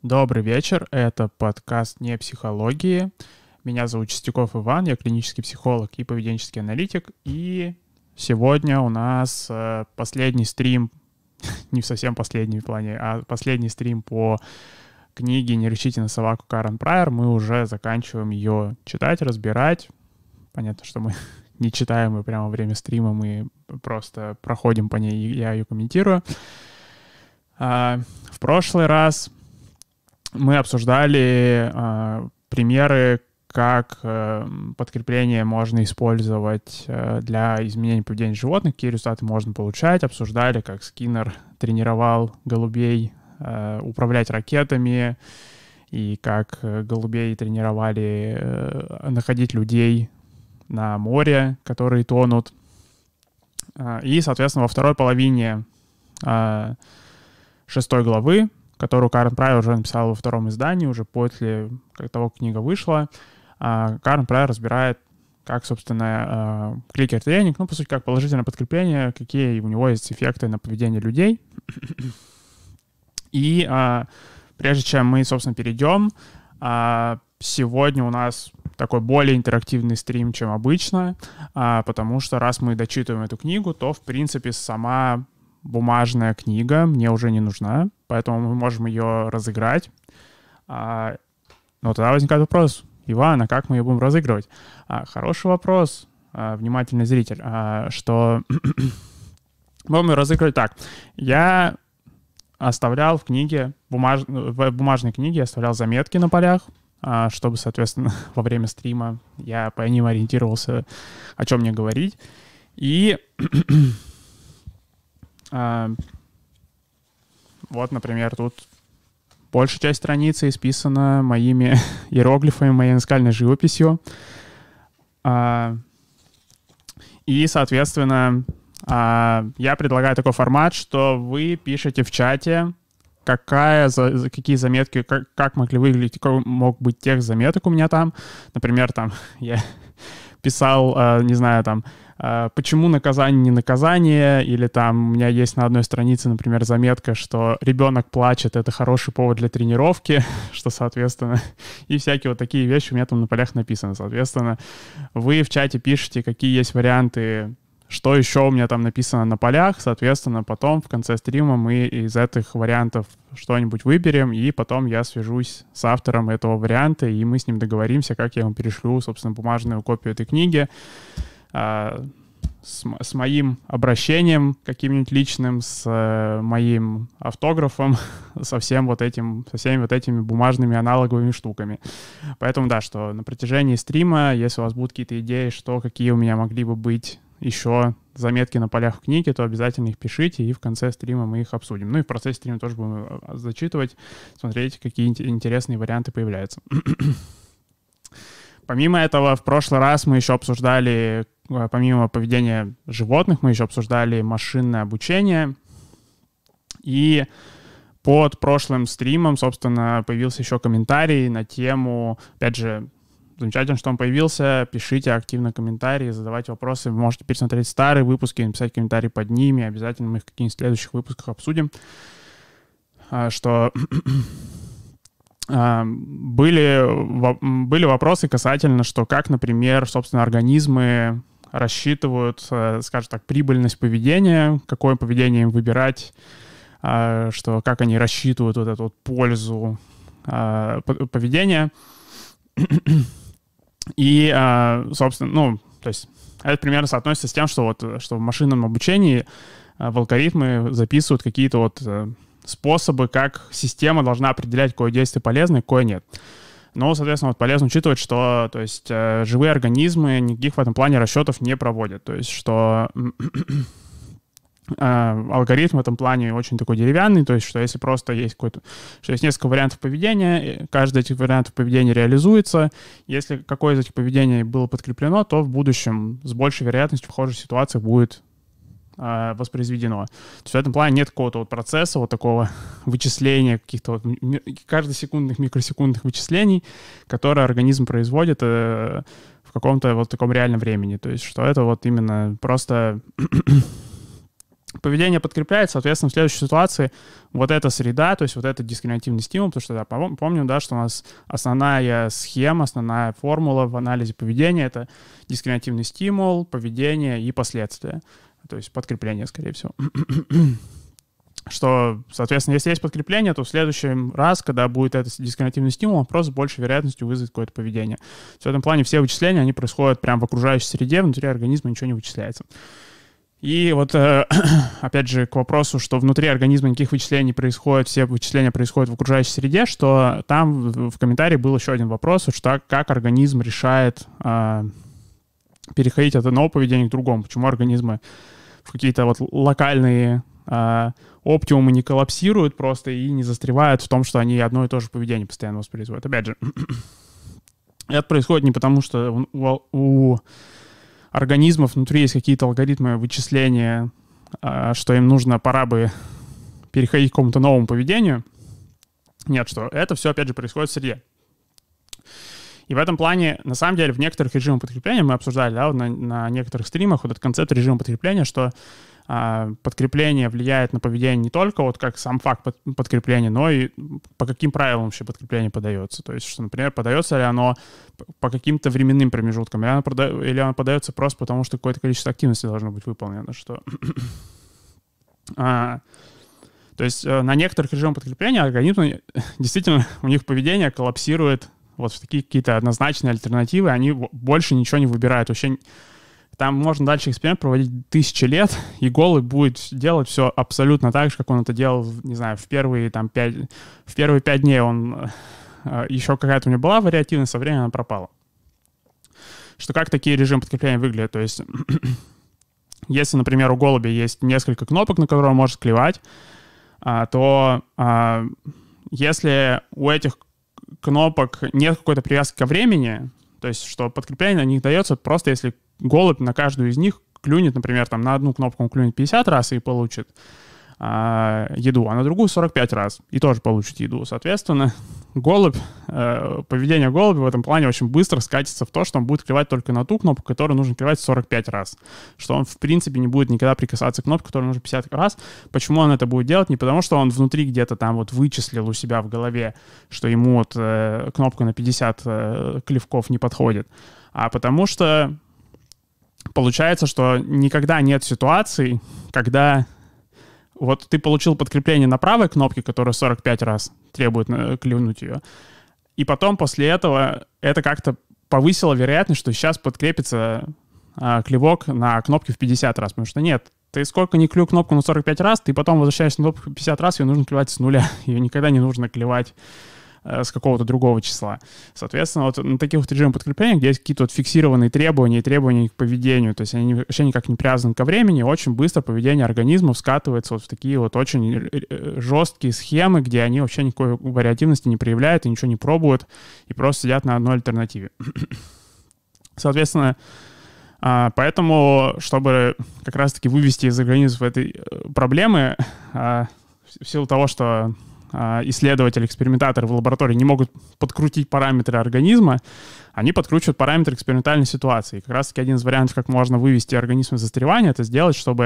Добрый вечер, это подкаст «Не психологии». Меня зовут Чистяков Иван, я клинический психолог и поведенческий аналитик. И сегодня у нас последний стрим, не совсем последний в плане, а последний стрим по книге «Не рычите на собаку» Карен Прайер. Мы уже заканчиваем ее читать, разбирать. Понятно, что мы не читаем ее прямо во время стрима, мы просто проходим по ней, и я ее комментирую. В прошлый раз мы обсуждали примеры, как подкрепление можно использовать для изменения поведения животных, какие результаты можно получать. Обсуждали, как Скиннер тренировал голубей управлять ракетами, и как голубей тренировали находить людей на море, которые тонут. И, соответственно, во второй половине 6 главы, которую Карен Прайер уже написала во втором издании, уже после того, как книга вышла, Карен Прайер разбирает, как, собственно, кликер-тренинг, по сути, как положительное подкрепление, какие у него есть эффекты на поведение людей. И прежде чем мы, собственно, перейдем, сегодня у нас такой более интерактивный стрим, чем обычно, потому что раз мы дочитываем эту книгу, то, в принципе, сама бумажная книга мне уже не нужна, поэтому мы можем ее разыграть. Но тогда возникает вопрос: Иван, а как мы ее будем разыгрывать? Хороший вопрос, внимательный зритель. Что будем ее разыгрывать так. Я оставлял в книге, в бумажной книге оставлял заметки на полях, чтобы, соответственно, во время стрима я по ним ориентировался, о чем мне говорить. И вот, например, тут большая часть страницы исписана моими иероглифами, моей наскальной живописью. И, соответственно, я предлагаю такой формат, что вы пишете в чате, какие заметки, как могли выглядеть, какой мог быть текст заметок у меня там. Например, там я писал, не знаю, там, почему наказание не наказание, или там у меня есть на одной странице, например, заметка, что ребенок плачет, это хороший повод для тренировки, что, соответственно, и всякие вот такие вещи у меня там на полях написаны. Соответственно, вы в чате пишете, какие есть варианты, что еще у меня там написано на полях, соответственно, потом в конце стрима мы из этих вариантов что-нибудь выберем, и потом я свяжусь с автором этого варианта, и мы с ним договоримся, как я ему перешлю, собственно, бумажную копию этой книги, с моим обращением каким-нибудь личным, с моим автографом, со всеми вот этими бумажными аналоговыми штуками. Поэтому да, что на протяжении стрима, если у вас будут какие-то идеи, какие у меня могли бы быть еще заметки на полях в книге, то обязательно их пишите, и в конце стрима мы их обсудим. Ну и в процессе стрима тоже будем зачитывать, смотреть, какие интересные варианты появляются. Помимо этого, в прошлый раз мы еще обсуждали, помимо поведения животных, мы еще обсуждали машинное обучение. И под прошлым стримом, собственно, появился еще комментарий на тему, опять же, замечательно, что он появился. Пишите активно комментарии, задавайте вопросы. Вы можете пересмотреть старые выпуски, написать комментарии под ними. Обязательно мы их в каких-нибудь следующих выпусках обсудим. Что были вопросы касательно, что как, например, собственно, организмы рассчитывают, скажем так, прибыльность поведения, какое поведение им выбирать, что как они рассчитывают вот эту вот пользу поведения. И, собственно, то есть это примерно соотносится с тем, что в машинном обучении в алгоритмы записывают какие-то вот способы, как система должна определять, какое действие полезно и какое нет. Но, соответственно, вот полезно учитывать, что, то есть, живые организмы никаких в этом плане расчетов не проводят. То есть, что алгоритм в этом плане очень такой деревянный, то есть, что если просто есть что есть несколько вариантов поведения, каждый из этих вариантов поведения реализуется. Если какое из этих поведений было подкреплено, то в будущем с большей вероятностью в похожих ситуациях будет воспроизведено. То есть в этом плане нет какого-то вот процесса, вот такого вычисления, каких-то вот каждосекундных, микросекундных вычислений, которые организм производит в каком-то вот таком реальном времени. То есть что это вот именно просто поведение подкрепляется, соответственно, в следующей ситуации вот эта среда, то есть вот этот дискриминативный стимул, потому что, да, помним, да, что у нас основная схема, основная формула в анализе поведения — это дискриминативный стимул, поведение и последствия, то есть подкрепление, скорее всего. Что, соответственно, если есть подкрепление, то в следующий раз, когда будет этот дискриминативный стимул, он просто с большей вероятностью вызовет какое-то поведение. В этом плане все вычисления, они происходят прямо в окружающей среде, внутри организма ничего не вычисляется. И вот, опять же, к вопросу, что внутри организма никаких вычислений не происходит, все вычисления происходят в окружающей среде, что там в комментарии был еще один вопрос, что как организм решает переходить от одного поведения к другому, почему организмы в какие-то вот локальные оптимумы не коллапсируют просто и не застревают в том, что они одно и то же поведение постоянно воспроизводят. Опять же, это происходит не потому, что у организмов внутри есть какие-то алгоритмы вычисления, что им пора бы переходить к какому-то новому поведению. Нет, что это все, опять же, происходит в среде. И в этом плане, на самом деле, в некоторых режимах подкрепления, мы обсуждали, да, на некоторых стримах, вот этот концепт режима подкрепления, что подкрепление влияет на поведение не только вот как сам факт подкрепления, но и по каким правилам вообще подкрепление подается. То есть, что, например, подается ли оно по каким-то временным промежуткам, или оно подается просто потому, что какое-то количество активности должно быть выполнено. Что... То есть на некоторых режимах подкрепления организмы действительно, у них поведение коллапсирует вот в такие какие-то однозначные альтернативы, они больше ничего не выбирают. Вообще там можно дальше эксперимент проводить 1000 лет, и голубь будет делать все абсолютно так же, как он это делал, не знаю, в первые 5 дней он... Еще какая-то у него была вариативность, со временем она пропала. Что как такие режимы подкрепления выглядят? То есть, если, например, у голубя есть несколько кнопок, на которые он может клевать, то если у этих кнопок нет какой-то привязки ко времени, то есть что подкрепление на них дается просто если голубь на каждую из них клюнет, например, там на одну кнопку он клюнет 50 раз и получит еду, а на другую 45 раз и тоже получит еду. Соответственно, поведение голубя в этом плане очень быстро скатится в то, что он будет клевать только на ту кнопку, которую нужно клевать 45 раз. Что он, в принципе, не будет никогда прикасаться к кнопке, которую нужно 50 раз. Почему он это будет делать? Не потому, что он внутри где-то там вот вычислил у себя в голове, что ему вот кнопка на 50 клевков не подходит, а потому что получается, что никогда нет ситуаций, когда вот ты получил подкрепление на правой кнопке, которая 45 раз требует клюнуть ее, и потом после этого это как-то повысило вероятность, что сейчас подкрепится клевок на кнопке в 50 раз, потому что нет, ты сколько ни клюй кнопку на 45 раз, ты потом возвращаешься на кнопку 50 раз, ее нужно клевать с нуля, ее никогда не нужно клевать с какого-то другого числа. Соответственно, вот на таких вот режимах подкрепления, где есть какие-то вот фиксированные требования и требования к поведению, то есть они вообще никак не привязаны ко времени, очень быстро поведение организмов скатывается вот в такие вот очень жесткие схемы, где они вообще никакой вариативности не проявляют и ничего не пробуют, и просто сидят на одной альтернативе. Соответственно, поэтому, чтобы как раз-таки вывести из организма этой проблемы, в силу того, что исследователи, экспериментаторы в лаборатории не могут подкрутить параметры организма, они подкручивают параметры экспериментальной ситуации. И как раз-таки один из вариантов, как можно вывести организм из застревания, это сделать, чтобы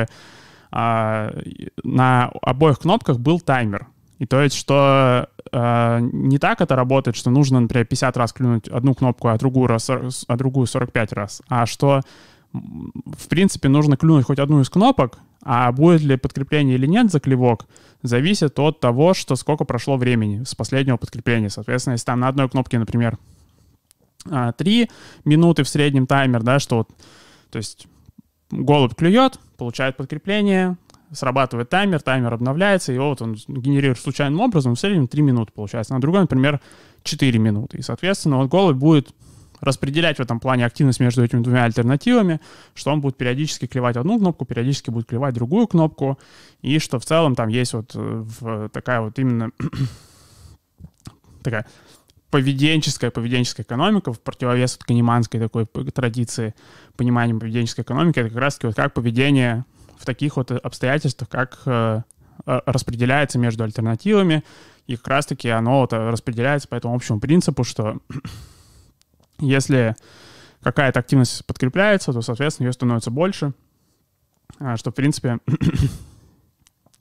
на обоих кнопках был таймер. И то есть, что не так это работает, что нужно, например, 50 раз клюнуть одну кнопку, а другую 45 раз, а что, в принципе, нужно клюнуть хоть одну из кнопок, а будет ли подкрепление или нет за клевок, зависит от того, что сколько прошло времени с последнего подкрепления. Соответственно, если там на одной кнопке, например, 3 минуты в среднем таймер, да, что вот, то есть голубь клюет, получает подкрепление, срабатывает таймер обновляется, и вот он генерирует случайным образом, в среднем 3 минуты получается. На другой, например, 4 минуты. И, соответственно, вот голубь будет распределять в этом плане активность между этими двумя альтернативами, что он будет периодически клевать одну кнопку, периодически будет клевать другую кнопку, и что в целом там есть вот такая вот именно такая поведенческая экономика в противовес от канеманской такой традиции понимания поведенческой экономики. Это как раз-таки вот как поведение в таких вот обстоятельствах, как распределяется между альтернативами, и как раз-таки оно вот распределяется по этому общему принципу, что если какая-то активность подкрепляется, то, соответственно, ее становится больше, что, в принципе,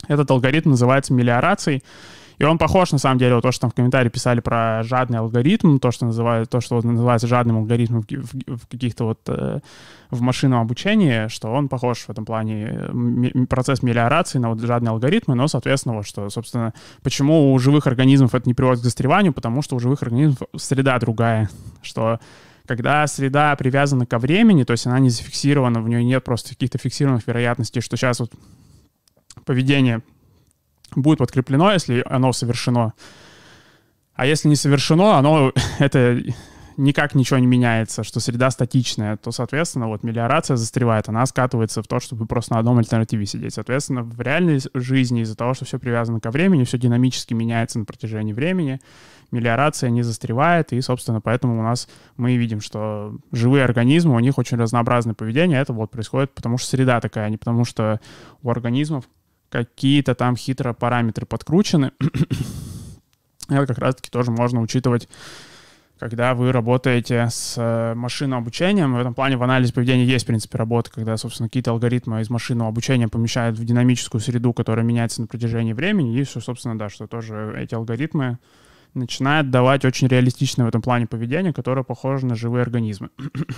Этот алгоритм называется мелиорацией. И он похож, на самом деле, вот то, что там в комментарии писали про жадный алгоритм, то, что называется жадным алгоритмом в каких-то вот в машинном обучении, что он похож в этом плане процесс мелиорации на вот жадные алгоритмы, но, соответственно, вот что, собственно, почему у живых организмов это не приводит к застреванию, потому что у живых организмов среда другая, что когда среда привязана ко времени, то есть она не зафиксирована, в нее нет просто каких-то фиксированных вероятностей, что сейчас вот поведение будет подкреплено, если оно совершено. А если не совершено, это никак ничего не меняется, что среда статичная, то, соответственно, вот мелиорация застревает, она скатывается в то, чтобы просто на одном альтернативе сидеть. Соответственно, в реальной жизни из-за того, что все привязано ко времени, все динамически меняется на протяжении времени, мелиорация не застревает, и, собственно, поэтому мы видим, что живые организмы, у них очень разнообразное поведение, это вот происходит, потому что среда такая, а не потому что у организмов какие-то там хитро параметры подкручены. Это как раз-таки тоже можно учитывать, когда вы работаете с машинным обучением. В этом плане в анализе поведения есть, в принципе, работа, когда, собственно, какие-то алгоритмы из машинного обучения помещают в динамическую среду, которая меняется на протяжении времени, и все, собственно, да, что тоже эти алгоритмы начинают давать очень реалистичное в этом плане поведение, которое похоже на живые организмы.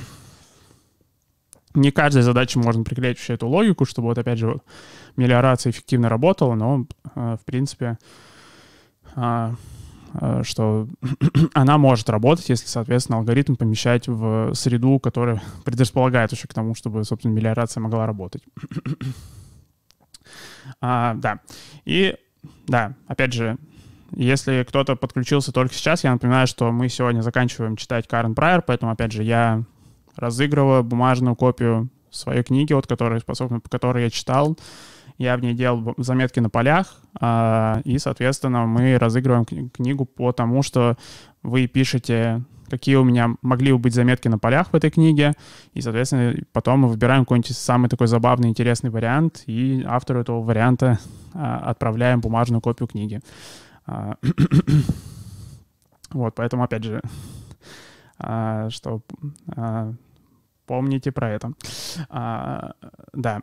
Не каждой задаче можно приклеить всю эту логику, чтобы вот опять же мелиорация эффективно работала, но в принципе, что она может работать, если, соответственно, алгоритм помещать в среду, которая предрасполагает еще к тому, чтобы, собственно, мелиорация могла работать. Да. И да, опять же, если кто-то подключился только сейчас, я напоминаю, что мы сегодня заканчиваем читать Карен Прайер, поэтому, опять же, я разыгрываю бумажную копию своей книги, по которой я читал. Я в ней делал заметки на полях, и, соответственно, мы разыгрываем книгу по тому, что вы пишете, какие у меня могли бы быть заметки на полях в этой книге, и, соответственно, потом мы выбираем какой-нибудь самый такой забавный, интересный вариант, и автору этого варианта отправляем бумажную копию книги. Вот, поэтому, опять же, что помните про это. Да.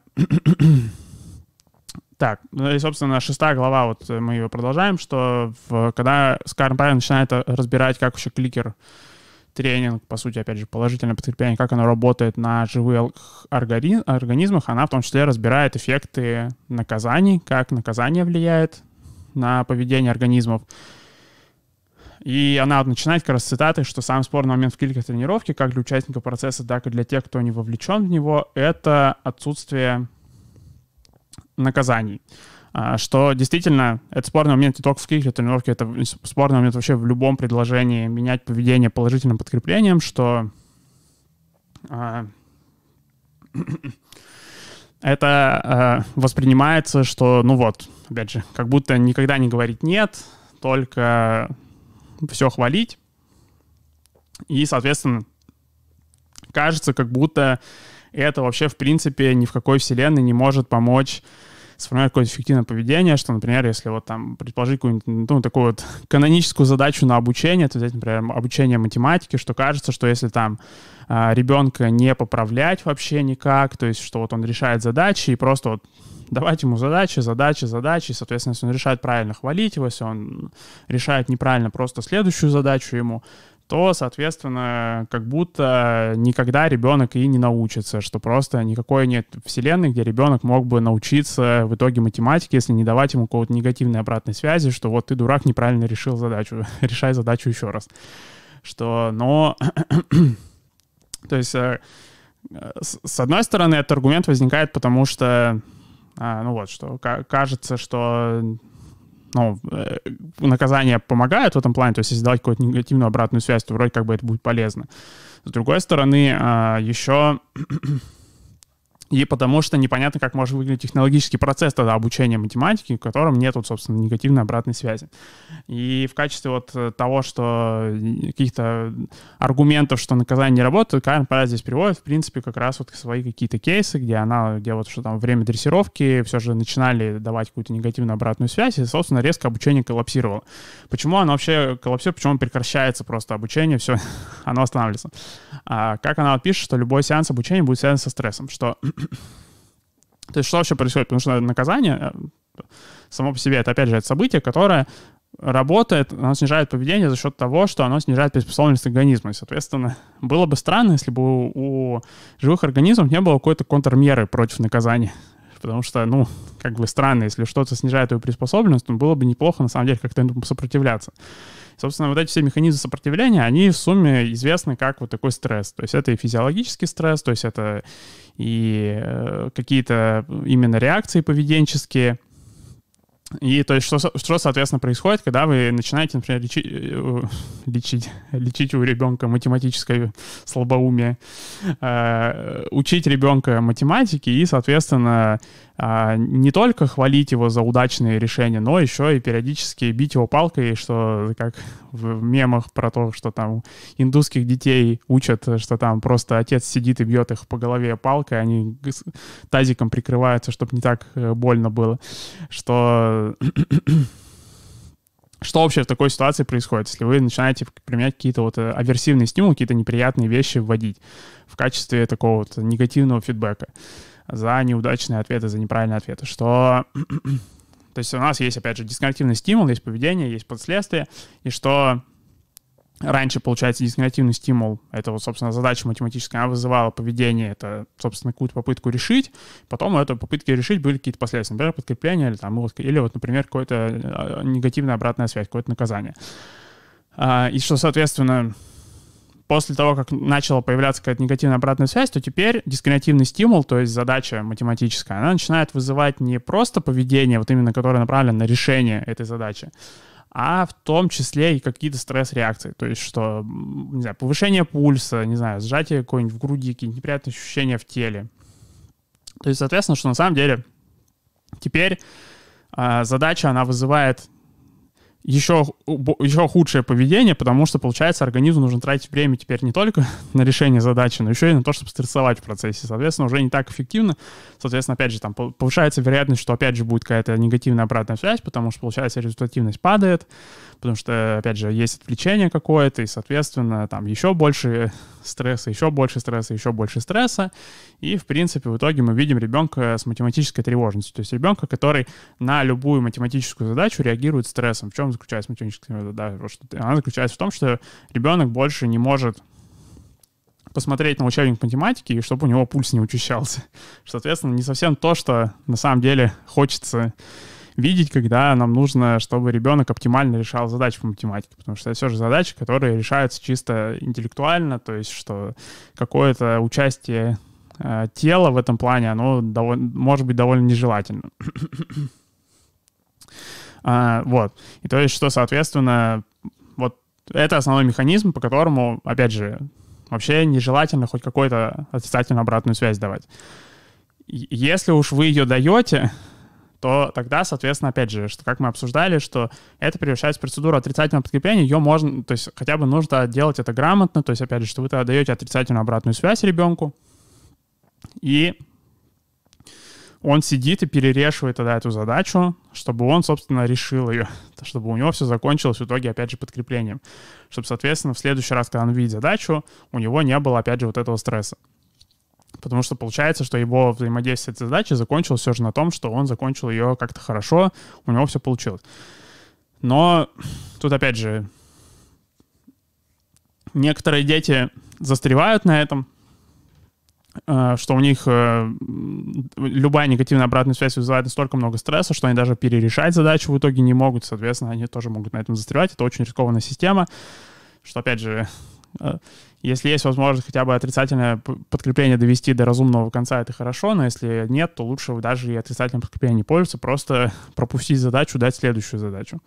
Так, ну и, собственно, 6 глава, вот мы ее продолжаем, что когда Карен Прайер начинает разбирать, как вообще кликер-тренинг, по сути, опять же, положительное подкрепление, как оно работает на живых организмах, она в том числе разбирает эффекты наказаний, как наказание влияет на поведение организмов. И она вот начинает как раз с цитаты, что самый спорный момент в кликер-тренировке, как для участников процесса, так и для тех, кто не вовлечен в него, это отсутствие наказаний. Что действительно, это спорный момент не только в кликер-тренировке, это спорный момент вообще в любом предложении менять поведение положительным подкреплением, что это воспринимается, что, ну вот, опять же, как будто никогда не говорить «нет», только все хвалить. И, соответственно, кажется, как будто это вообще, в принципе, ни в какой вселенной не может помочь сформировать какое-то эффективное поведение, что, например, если вот там предположить какую-нибудь, ну, такую вот каноническую задачу на обучение, то взять, например, обучение математике, что кажется, что если там ребенка не поправлять вообще никак, то есть что вот он решает задачи и просто вот давать ему задачи, и, соответственно, если он решает правильно, хвалить его, если он решает неправильно, просто следующую задачу ему, то, соответственно, как будто никогда ребенок и не научится, что просто никакой нет вселенной, где ребенок мог бы научиться в итоге математике, если не давать ему какой-то негативной обратной связи, что вот ты, дурак, неправильно решил задачу, решай задачу еще раз. Что, но... То есть, с одной стороны, этот аргумент возникает, потому что, ну вот, что кажется, что... Ну, наказания помогают в этом плане, то есть если давать какую-то негативную обратную связь, то вроде как бы это будет полезно. С другой стороны, еще и потому что непонятно, как может выглядеть технологический процесс тогда обучения математики, в котором нет, вот, собственно, негативной обратной связи. И в качестве вот того, что каких-то аргументов, что наказание не работает, Карен Прайер здесь приводит, в принципе, как раз вот свои какие-то кейсы, где вот что там время дрессировки все же начинали давать какую-то негативную обратную связь, и, собственно, резко обучение коллапсировало. Почему оно вообще коллапсирует, почему прекращается просто обучение, все, оно останавливается. Как она вот пишет, что любой сеанс обучения будет связан со стрессом, что... То есть что вообще происходит? Потому что наказание, само по себе это, опять же, это событие, которое работает, оно снижает поведение за счет того, что оно снижает приспособленность организма. И, соответственно, было бы странно, если бы у живых организмов не было какой-то контрмеры против наказания. Потому что, ну, как бы странно, если что-то снижает его приспособленность, то было бы неплохо, на самом деле, как-то этому сопротивляться. Собственно, вот эти все механизмы сопротивления, они в сумме известны как вот такой стресс. То есть это и физиологический стресс, то есть это и какие-то именно реакции поведенческие. И то есть что, соответственно, происходит, когда вы начинаете, например, лечить у ребенка математическое слабоумие, учить ребенка математике и, соответственно, не только хвалить его за удачные решения, но еще и периодически бить его палкой, что как в мемах про то, что там индусских детей учат, что там просто отец сидит и бьет их по голове палкой, они тазиком прикрываются, чтобы не так больно было. Что вообще в такой ситуации происходит, если вы начинаете применять какие-то вот аверсивные стимулы, какие-то неприятные вещи вводить в качестве такого вот негативного фидбэка за неудачные ответы, за неправильные ответы, что... То есть у нас есть, опять же, дискриминативный стимул, есть поведение, есть последствия, и что раньше, получается, дискриминативный стимул, это вот, собственно, задача математическая, она вызывала поведение, это, собственно, какую-то попытку решить, потом у этой попытки решить были какие-то последствия, например, подкрепление или вот, например, какая-то негативная обратная связь, какое-то наказание. И что, соответственно, после того, как начала появляться какая-то негативная обратная связь, то теперь дискриминативный стимул, то есть задача математическая, она начинает вызывать не просто поведение, вот именно которое направлено на решение этой задачи, а в том числе и какие-то стресс-реакции. То есть что, не знаю, повышение пульса, не знаю, сжатие какой-нибудь в груди, какие-то неприятные ощущения в теле. То есть, соответственно, что на самом деле теперь задача, она вызывает еще худшее поведение, потому что, получается, организму нужно тратить время теперь не только на решение задачи, но еще и на то, чтобы стрессовать в процессе. Соответственно, уже не так эффективно. Соответственно, опять же, там повышается вероятность, что опять же будет какая-то негативная обратная связь, потому что, получается, результативность падает, потому что, опять же, есть отвлечение какое-то, и, соответственно, там еще больше стресса, еще больше стресса, еще больше стресса. И, в принципе, в итоге мы видим ребенка с математической тревожностью. То есть ребенка, который на любую математическую задачу реагирует стрессом. В чем заключается математическая задача? Она заключается в том, что ребенок больше не может посмотреть на учебник математики, и чтобы у него пульс не учащался. Соответственно, не совсем то, что на самом деле хочется видеть, когда нам нужно, чтобы ребенок оптимально решал задачи по математике, потому что это все же задачи, которые решаются чисто интеллектуально, то есть что какое-то участие тела в этом плане, оно может быть довольно нежелательно. Вот. И то есть что, соответственно, вот это основной механизм, по которому, опять же, вообще нежелательно хоть какую-то отрицательную обратную связь давать. Если уж вы ее даете, то тогда, соответственно, опять же, что как мы обсуждали, что это превращается в процедуру отрицательного подкрепления, ее можно, то есть хотя бы нужно делать это грамотно, то есть, опять же, что вы тогда даете отрицательную обратную связь ребенку, и он сидит и перерешивает тогда эту задачу, чтобы он, собственно, решил ее, чтобы у него все закончилось в итоге, опять же, подкреплением, чтобы, соответственно, в следующий раз, когда он видит задачу, у него не было, опять же, вот этого стресса. Потому что получается, что его взаимодействие с этой задачей закончилось все же на том, что он закончил ее как-то хорошо, у него все получилось. Но тут, опять же, некоторые дети застревают на этом, что у них любая негативная обратная связь вызывает настолько много стресса, что они даже перерешать задачу в итоге не могут, соответственно, они тоже могут на этом застревать. Это очень рискованная система, что, опять же, если есть возможность хотя бы отрицательное подкрепление довести до разумного конца, это хорошо, но если нет, то лучше даже и отрицательным подкреплением не пользоваться, просто пропустить задачу, дать следующую задачу.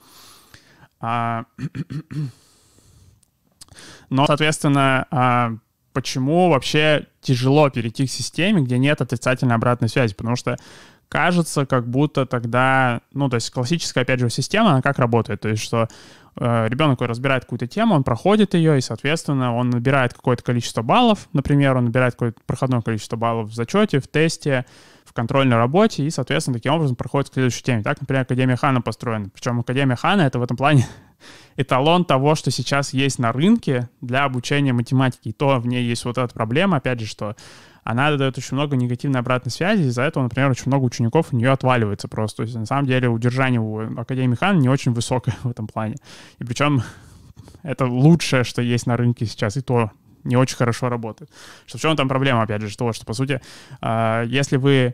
Но, соответственно, почему вообще тяжело перейти к системе, где нет отрицательной обратной связи? Потому что кажется, как будто тогда, ну, то есть классическая, опять же, система, она как работает? То есть, что ребенок разбирает какую-то тему, он проходит ее, и, соответственно, он набирает какое-то количество баллов, например, он набирает какое-то проходное количество баллов в зачете, в тесте, в контрольной работе и, соответственно, таким образом проходит к следующей теме. Так, например, Академия Хана построена. Причем Академия Хана — это в этом плане эталон того, что сейчас есть на рынке для обучения математики. И то в ней есть вот эта проблема, опять же, что она дает очень много негативной обратной связи, из-за этого, например, очень много учеников у нее отваливается просто. То есть, на самом деле, удержание у Академии Хана не очень высокое в этом плане. И причем это лучшее, что есть на рынке сейчас, и то не очень хорошо работает. Что в чем там проблема, опять же, что по сути, если вы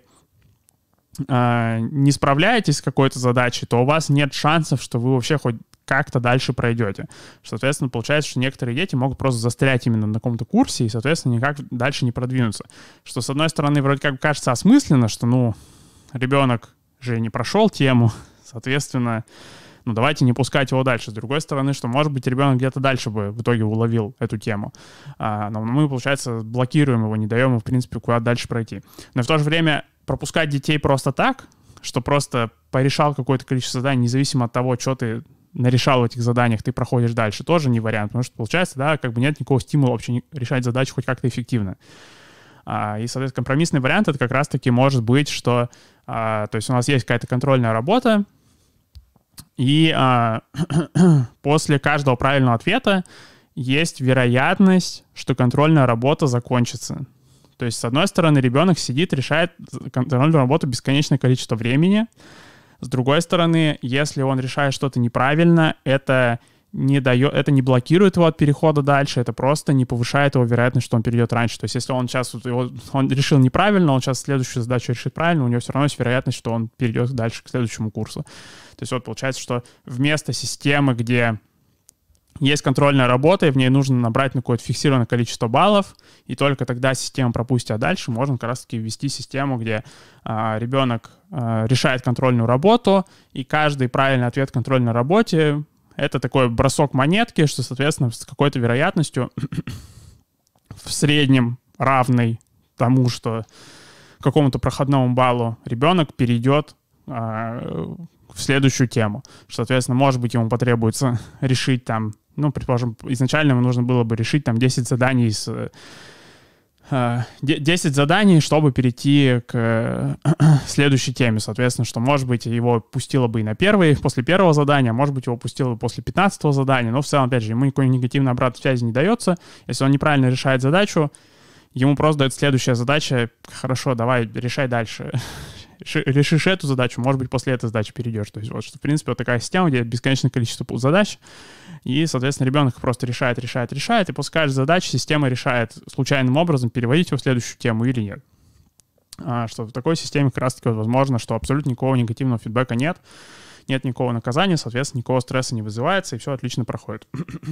не справляетесь с какой-то задачей, то у вас нет шансов, что вы вообще хоть как-то дальше пройдете. Соответственно, получается, что некоторые дети могут просто застрять именно на каком-то курсе и, соответственно, никак дальше не продвинуться. Что, с одной стороны, вроде как кажется осмысленно, что, ребенок же не прошел тему, соответственно, давайте не пускать его дальше. С другой стороны, что, может быть, ребенок где-то дальше бы в итоге уловил эту тему. Но мы, получается, блокируем его, не даем ему, в принципе, куда дальше пройти. Но в то же время пропускать детей просто так, что просто порешал какое-то количество заданий, независимо от того, что ты нарешал в этих заданиях, ты проходишь дальше, тоже не вариант, потому что, получается, нет никакого стимула вообще решать задачи хоть как-то эффективно. И, соответственно, компромиссный вариант — это как раз-таки может быть, что, то есть у нас есть какая-то контрольная работа, и после каждого правильного ответа есть вероятность, что контрольная работа закончится. То есть, с одной стороны, ребенок сидит, решает контрольную работу бесконечное количество времени. С другой стороны, если он решает что-то неправильно, это не блокирует его от перехода дальше, это просто не повышает его вероятность, что он перейдет раньше. То есть если он сейчас он решил неправильно, он сейчас следующую задачу решит правильно, у него все равно есть вероятность, что он перейдет дальше к следующему курсу. То есть вот получается, что вместо системы, где есть контрольная работа, и в ней нужно набрать какое-то фиксированное количество баллов, и только тогда система пропустит, а дальше можно как раз-таки ввести систему, где ребенок решает контрольную работу, и каждый правильный ответ к контрольной работе — это такой бросок монетки, что, соответственно, с какой-то вероятностью в среднем равной тому, что какому-то проходному баллу ребенок перейдет в следующую тему. Соответственно, может быть, ему потребуется решить предположим, изначально ему нужно было бы решить 10 заданий 10 заданий, чтобы перейти к следующей теме. Соответственно, что, может быть, его пустило бы и после первого задания, может быть, его пустило бы после 15-го задания, но в целом, опять же, ему никакой негативной обратной связи не дается. Если он неправильно решает задачу, ему просто дает следующая задача: хорошо, давай, решай дальше. Решишь эту задачу, может быть, после этой задачи перейдешь. То есть вот, что, в принципе, вот такая система, где бесконечное количество задач, и, соответственно, ребенок просто решает, и после каждой задачи система решает случайным образом, переводить его в следующую тему или нет. Что в такой системе как раз-таки возможно, что абсолютно никакого негативного фидбэка нет никакого наказания, соответственно, никакого стресса не вызывается, и все отлично проходит.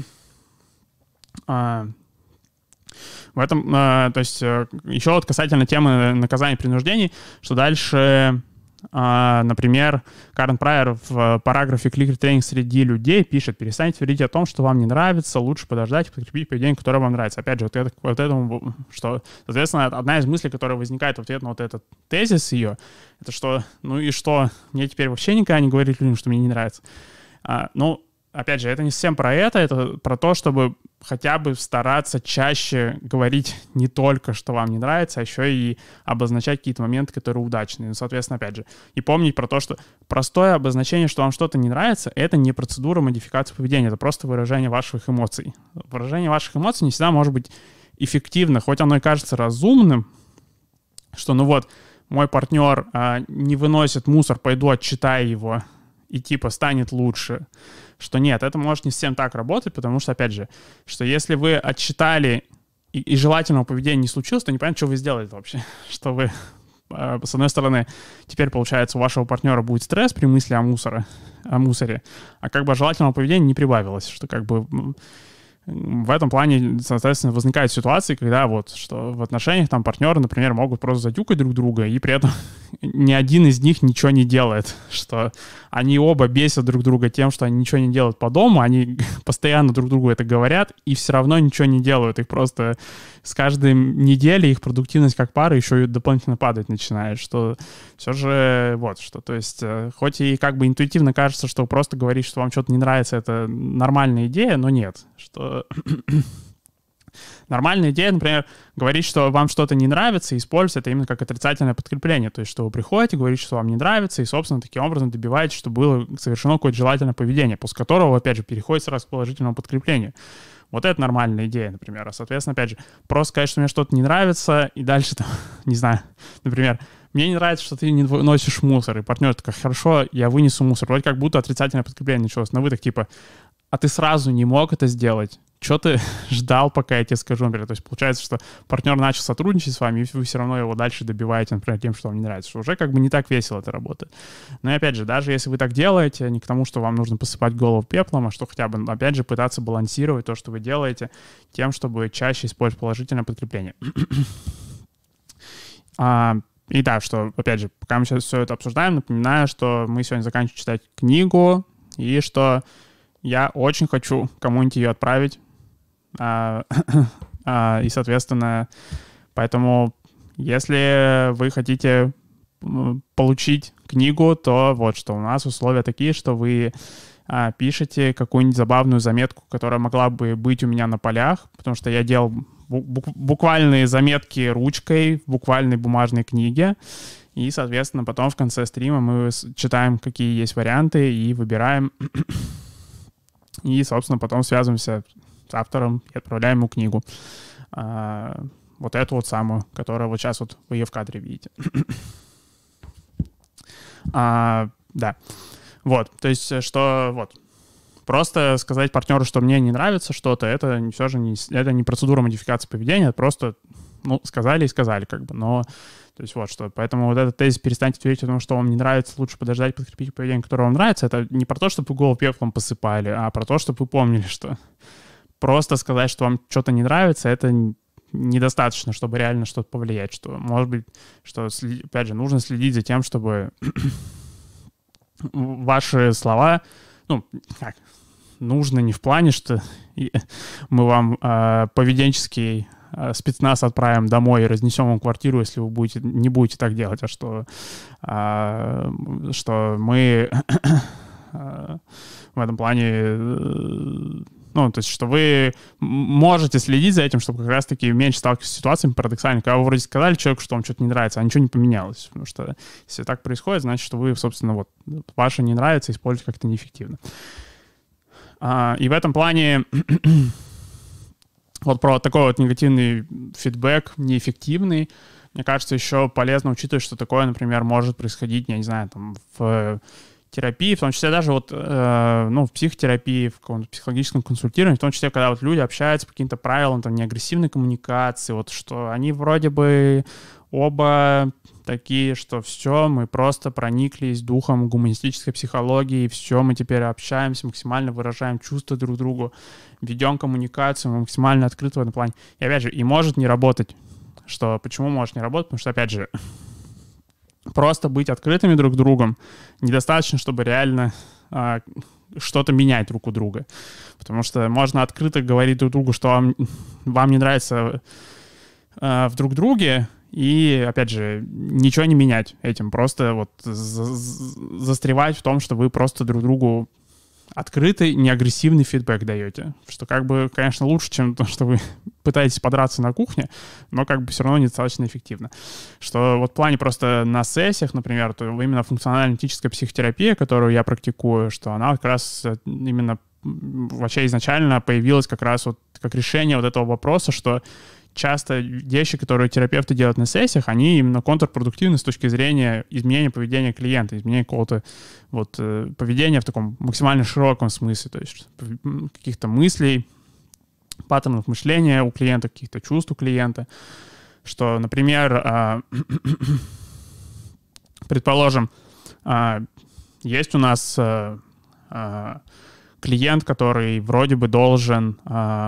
В этом, то есть, еще вот касательно темы наказания и принуждений, что дальше, например, Карен Прайер в параграфе «Кликер тренинг среди людей» пишет: перестаньте твердить о том, что вам не нравится, лучше подождать и подкрепить поведение, которое вам нравится. Опять же, вот этому, что, соответственно, одна из мыслей, которая возникает в ответ на вот этот тезис ее, это что, мне теперь вообще никогда не говорить людям, что мне не нравится. Опять же, это не совсем про это про то, чтобы хотя бы стараться чаще говорить не только, что вам не нравится, а еще и обозначать какие-то моменты, которые удачные. Соответственно, опять же, и помнить про то, что простое обозначение, что вам что-то не нравится, это не процедура модификации поведения, это просто выражение ваших эмоций. Выражение ваших эмоций не всегда может быть эффективно, хоть оно и кажется разумным, что мой партнер не выносит мусор, пойду отчитаю его, и станет лучше. Что нет, это может не совсем так работать, потому что, опять же, что если вы отчитали и желательного поведения не случилось, то непонятно, что вы сделали вообще. Что вы, с одной стороны, теперь, получается, у вашего партнера будет стресс при мысли о мусоре, а желательного поведения не прибавилось, что в этом плане, соответственно, возникают ситуации, когда что в отношениях партнеры, например, могут просто затюкать друг друга, и при этом ни один из них ничего не делает, что они оба бесят друг друга тем, что они ничего не делают по дому, они постоянно друг другу это говорят, и все равно ничего не делают, их просто с каждой недели их продуктивность как пары еще и дополнительно падать начинает, что все же то есть хоть и интуитивно кажется, что просто говорить, что вам что-то не нравится, это нормальная идея, но нет, что Нормальная идея, например, говорить, что вам что-то не нравится, и использовать это именно как отрицательное подкрепление. То есть, что вы приходите, говорите, что вам не нравится, и, собственно, таким образом добиваетесь, что было совершено какое-то желательное поведение, после которого, опять же, переходит сразу к положительному подкреплению. Вот это нормальная идея, например. А, соответственно, опять же, просто сказать, что мне что-то не нравится, и дальше, там, не знаю, например, мне не нравится, что ты не выносишь мусор, и партнер такой, хорошо, я вынесу мусор. Вроде как будто отрицательное подкрепление началось, но вы так типа, а ты сразу не мог это сделать? Что ты ждал, пока я тебе скажу, например? То есть получается, что партнер начал сотрудничать с вами, и вы все равно его дальше добиваете, например, тем, что вам не нравится. Что уже как бы не так весело это работает. Но и опять же, даже если вы так делаете, не к тому, что вам нужно посыпать голову пеплом, а что хотя бы, опять же, пытаться балансировать то, что вы делаете, тем, чтобы чаще использовать положительное подкрепление. И да, что, опять же, пока мы сейчас все это обсуждаем, напоминаю, что мы сегодня заканчиваем читать книгу, и что я очень хочу кому-нибудь ее отправить. И, соответственно, поэтому, если вы хотите получить книгу, то вот что у нас условия такие, что вы пишете какую-нибудь забавную заметку, которая могла бы быть у меня на полях, потому что я делал буквальные заметки ручкой в буквальной бумажной книге, и, соответственно, потом в конце стрима мы читаем, какие есть варианты, и выбираем, и, собственно, потом связываемся с автором и отправляем ему книгу. Вот эту вот самую, которую вот сейчас вот вы ее в кадре видите. Да. Вот, то есть, что вот. Просто сказать партнеру, что мне не нравится что-то, это все же не процедура модификации поведения, это просто, ну, сказали и сказали, как бы, но, то есть вот что, поэтому вот этот тезис «перестаньте твердить о том, что вам не нравится, лучше подождать, подкрепить поведение, которое вам нравится», это не про то, чтобы вы голову пеплом посыпали, а про то, чтобы вы помнили, что просто сказать, что вам что-то не нравится, это недостаточно, чтобы реально что-то повлиять, что, может быть, что, опять же, нужно следить за тем, чтобы ваши слова, ну, как, нужно не в плане, что мы вам поведенческий спецназ отправим домой и разнесем вам квартиру, если вы не будете так делать, а что мы в этом плане, ну, то есть, что вы можете следить за этим, чтобы как раз-таки меньше сталкиваться с ситуациями парадоксальными, когда вы вроде сказали человеку, что вам что-то не нравится, а ничего не поменялось. Потому что если так происходит, значит, что вы, собственно, вот, ваше не нравится, используете как-то неэффективно. И в этом плане вот про такой вот негативный фидбэк, неэффективный, мне кажется, еще полезно учитывать, что такое, например, может происходить, я не знаю, там, в терапии, в том числе даже вот, ну, в психотерапии, в каком-то психологическом консультировании, в том числе, когда вот люди общаются по каким-то правилам, там, неагрессивной коммуникации, вот, что они вроде бы оба такие, что все, мы просто прониклись духом гуманистической психологии, все, мы теперь общаемся, максимально выражаем чувства друг другу, ведем коммуникацию, мы максимально открыты в этом плане. И опять же, и может не работать. Что, почему может не работать? Потому что, опять же, просто быть открытыми друг к другу недостаточно, чтобы реально что-то менять друг у друга. Потому что можно открыто говорить друг другу, что вам не нравится в друг друге, и, опять же, ничего не менять этим. Просто вот застревать в том, что вы просто друг другу открытый, неагрессивный фидбэк даете. Что как бы, конечно, лучше, чем то, что вы пытаетесь подраться на кухне, но как бы все равно недостаточно эффективно. Что вот в плане просто на сессиях, например, то именно функционально-аналитическая психотерапия, которую я практикую, что она как раз именно вообще изначально появилась как раз вот как решение вот этого вопроса, что часто вещи, которые терапевты делают на сессиях, они именно контрпродуктивны с точки зрения изменения поведения клиента, изменения какого-то вот поведения в таком максимально широком смысле, то есть каких-то мыслей, паттернов мышления у клиента, каких-то чувств у клиента, что, например, предположим, есть у нас клиент, который вроде бы должен,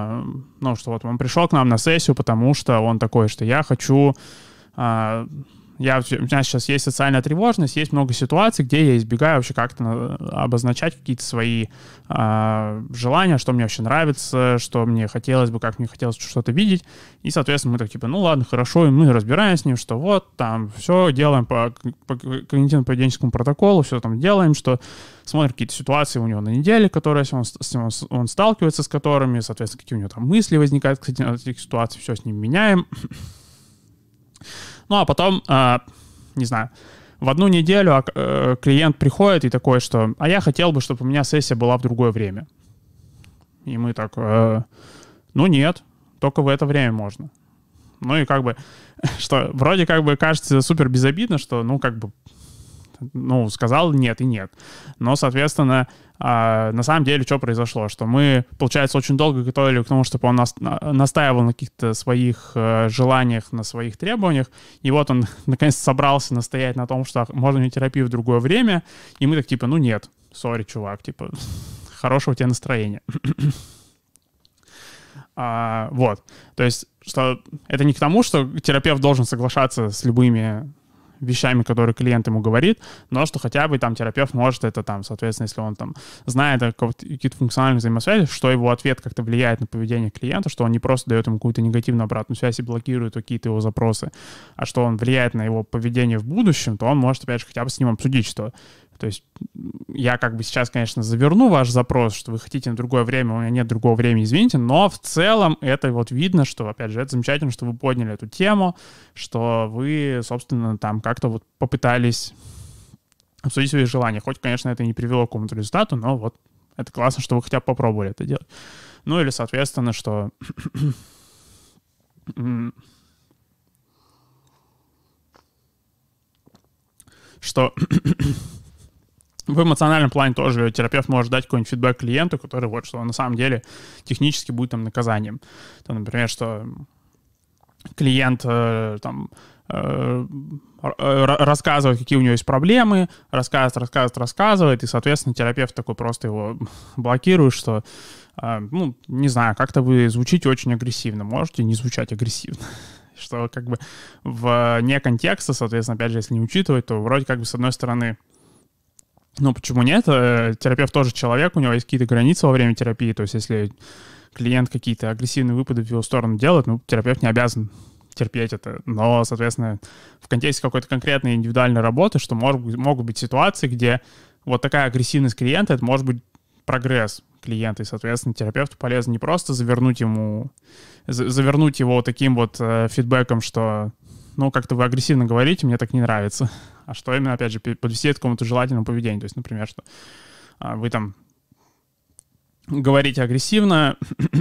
ну, что вот он пришел к нам на сессию, потому что он такой, что я хочу, у меня сейчас есть социальная тревожность, есть много ситуаций, где я избегаю вообще как-то обозначать какие-то свои желания, что мне вообще нравится, что мне хотелось бы, как мне хотелось что-то видеть. И, соответственно, мы так типа, ну ладно, хорошо, и мы разбираем с ним, что вот там все делаем по когнитивно-поведенческому протоколу, все там делаем, что смотрим какие-то ситуации у него на неделе, которые он сталкивается с которыми, соответственно, какие у него там мысли возникают, кстати, от этих ситуаций, все с ним меняем. Ну, а потом, не знаю, в одну неделю клиент приходит и такой, что «а я хотел бы, чтобы у меня сессия была в другое время». И мы так «ну нет, только в это время можно». Ну и как бы, что вроде как бы кажется супер безобидно, что ну как бы, ну сказал нет и нет. Но, соответственно, на самом деле что произошло? Что мы, получается, очень долго готовили к тому, чтобы он настаивал на каких-то своих желаниях, на своих требованиях. И вот он, наконец, собрался настоять на том, что можно мне терапию в другое время. И мы так типа, ну нет, сори, чувак, типа, хорошего тебе настроения. Вот. То есть, что это не к тому, что терапевт должен соглашаться с любыми вещами, которые клиент ему говорит, но что хотя бы там терапевт может это там, соответственно, если он там знает какие-то функциональные взаимосвязи, что его ответ как-то влияет на поведение клиента, что он не просто дает ему какую-то негативную обратную связь и блокирует какие-то его запросы, а что он влияет на его поведение в будущем, то он может, опять же, хотя бы с ним обсудить, что то есть я как бы сейчас, конечно, заверну ваш запрос, что вы хотите на другое время, у меня нет другого времени, извините, но в целом это вот видно, что, опять же, это замечательно, что вы подняли эту тему, что вы, собственно, там как-то вот попытались обсудить свои желания. Хоть, конечно, это не привело к какому-то результату, но вот это классно, что вы хотя бы попробовали это делать. Ну или, соответственно, что... что... В эмоциональном плане тоже терапевт может дать какой-нибудь фидбэк клиенту, который вот, что он на самом деле технически будет там наказанием. Там, например, что клиент там рассказывает, какие у него есть проблемы, рассказывает, и, соответственно, терапевт такой просто его блокирует, что, ну, не знаю, как-то вы звучите очень агрессивно, можете не звучать агрессивно. Что как бы вне контекста, соответственно, опять же, если не учитывать, то вроде как бы с одной стороны, ну, почему нет? Терапевт тоже человек, у него есть какие-то границы во время терапии. То есть если клиент какие-то агрессивные выпады в его сторону делает, ну, терапевт не обязан терпеть это. Но, соответственно, в контексте какой-то конкретной индивидуальной работы, что могут быть ситуации, где вот такая агрессивность клиента, это может быть прогресс клиента. И, соответственно, терапевту полезно не просто завернуть его таким вот фидбэком, что, ну, как-то вы агрессивно говорите, мне так не нравится. А что именно, опять же, подвести к какому-то желательному поведению. То есть, например, что вы там говорите агрессивно,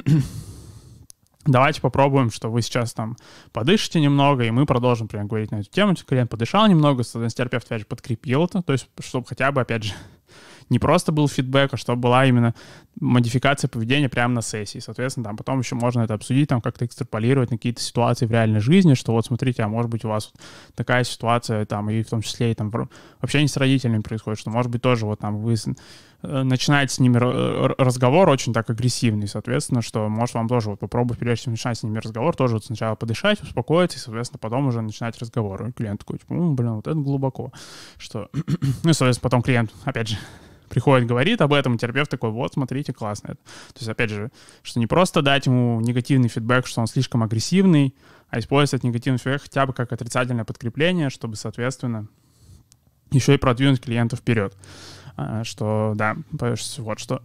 давайте попробуем, что вы сейчас там подышите немного, и мы продолжим, например, говорить на эту тему. Клиент подышал немного, соответственно, терапевт, опять же, подкрепил это, то есть, чтобы хотя бы, опять же, не просто был фидбэк, а чтобы была именно модификация поведения прямо на сессии. Соответственно, там потом еще можно это обсудить, там как-то экстраполировать на какие-то ситуации в реальной жизни, что вот смотрите, а может быть у вас вот такая ситуация, там, и в том числе и там в общении с родителями происходит, что может быть тоже вот там вы начинаете с ними разговор очень так агрессивный, соответственно, что может вам тоже вот попробовать, прежде чем начинать с ними разговор, тоже вот сначала подышать, успокоиться, и, соответственно, потом уже начинать разговор. И клиент такой, типа, блин, вот это глубоко. Что... ну и, соответственно, потом клиент, опять же, приходит, говорит об этом, и терапевт такой, вот, смотрите, классно это. То есть, опять же, что не просто дать ему негативный фидбэк, что он слишком агрессивный, а использовать негативный фидбэк хотя бы как отрицательное подкрепление, чтобы, соответственно, еще и продвинуть клиента вперед. Что, да, вот что.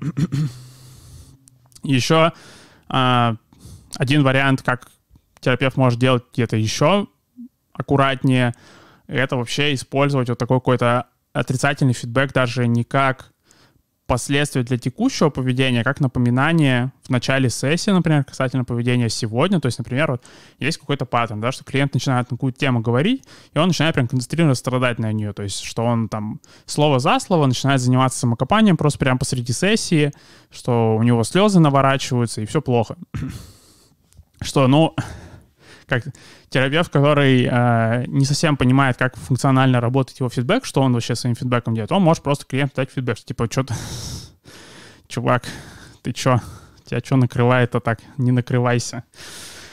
Еще один вариант, как терапевт может делать где-то еще аккуратнее, это вообще использовать вот такой какой-то отрицательный фидбэк даже не как последствия для текущего поведения, как напоминание в начале сессии, например, касательно поведения сегодня. То есть, например, вот есть какой-то паттерн, да, что клиент начинает на какую-то тему говорить, и он начинает прям концентрироваться, страдать на нее. То есть, что он там слово за слово начинает заниматься самокопанием просто прямо посреди сессии, что у него слезы наворачиваются, и все плохо. Что, ну, как терапевт, который не совсем понимает, как функционально работает его фидбэк, что он вообще своим фидбэком делает, он может просто клиенту дать фидбэк, что типа, что-то, чувак, ты чё, тебя что накрывает, а так не накрывайся.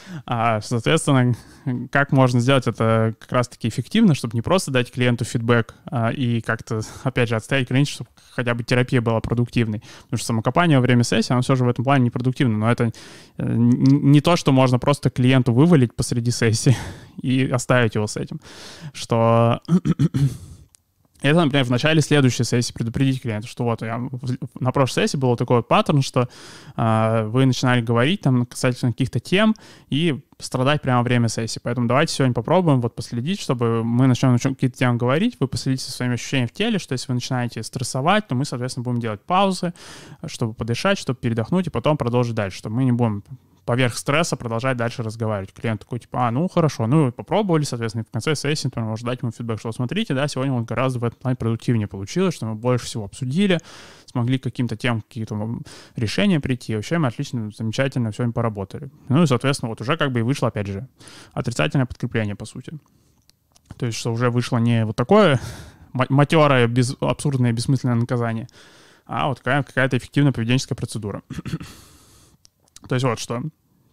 Соответственно, как можно сделать это как раз-таки эффективно, чтобы не просто дать клиенту фидбэк и как-то, опять же, отстоять клиента, чтобы хотя бы терапия была продуктивной. Потому что самокопание во время сессии, оно все же в этом плане непродуктивно. Но это не то, что можно просто клиенту вывалить посреди сессии и оставить его с этим. Что... Это, например, в начале следующей сессии предупредить клиента, что вот на прошлой сессии был такой вот паттерн, что вы начинали говорить там касательно каких-то тем и страдать прямо во время сессии. Поэтому давайте сегодня попробуем вот последить, чтобы мы начнем какие-то темы говорить, вы последите своими ощущениями в теле, что если вы начинаете стрессовать, то мы, соответственно, будем делать паузы, чтобы подышать, чтобы передохнуть и потом продолжить дальше, чтобы мы не будем поверх стресса продолжать дальше разговаривать. Клиент такой, типа, ну, хорошо, ну, попробовали, соответственно, в конце сессии, например, можно дать ему фидбэк, что смотрите, да, сегодня вот гораздо в этом плане продуктивнее получилось, что мы больше всего обсудили, смогли к каким-то темам, какие-то решения прийти, и вообще мы отлично, замечательно сегодня поработали. Ну, и, соответственно, вот уже как бы и вышло, опять же, отрицательное подкрепление, по сути. То есть, что уже вышло не вот такое матерое, абсурдное, бессмысленное наказание, а вот какая-то эффективная поведенческая процедура. То есть вот что.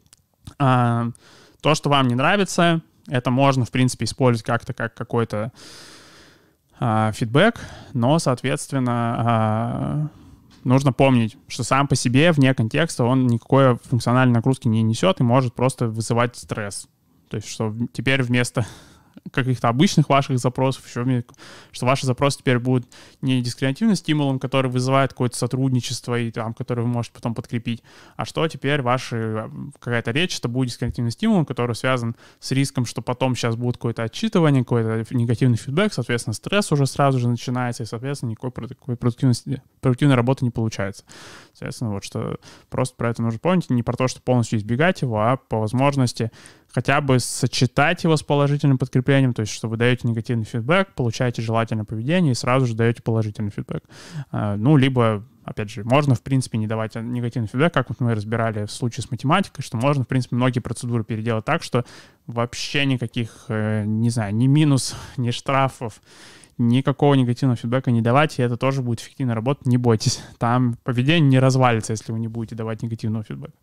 То, что вам не нравится, это можно, в принципе, использовать как-то как какой-то фидбэк, но, соответственно, нужно помнить, что сам по себе, вне контекста, он никакой функциональной нагрузки не несет и может просто вызывать стресс. То есть что теперь вместо каких-то обычных ваших запросов, еще, что ваши запросы теперь будут не дискриминативным стимулом, который вызывает какое-то сотрудничество, и там, который вы можете потом подкрепить, а что теперь ваша какая-то речь, это будет дискриминативным стимулом, который связан с риском, что потом сейчас будет какое-то отчитывание, какой-то негативный фидбэк, соответственно, стресс уже сразу же начинается, и, соответственно, никакой продуктивной работы не получается. Соответственно, вот что просто про это нужно помнить, не про то, что полностью избегать его, а по возможности хотя бы сочетать его с положительным подкреплением, то есть что вы даете негативный фидбэк, получаете желательное поведение и сразу же даете положительный фидбэк. Ну, либо, опять же, можно, в принципе, не давать негативный фидбэк, как вот мы разбирали в случае с математикой, что можно, в принципе, многие процедуры переделать так, что вообще никаких, не знаю, ни минус, ни штрафов, никакого негативного фидбэка не давать, и это тоже будет эффективно работать, не бойтесь. Там поведение не развалится, если вы не будете давать негативного фидбэка.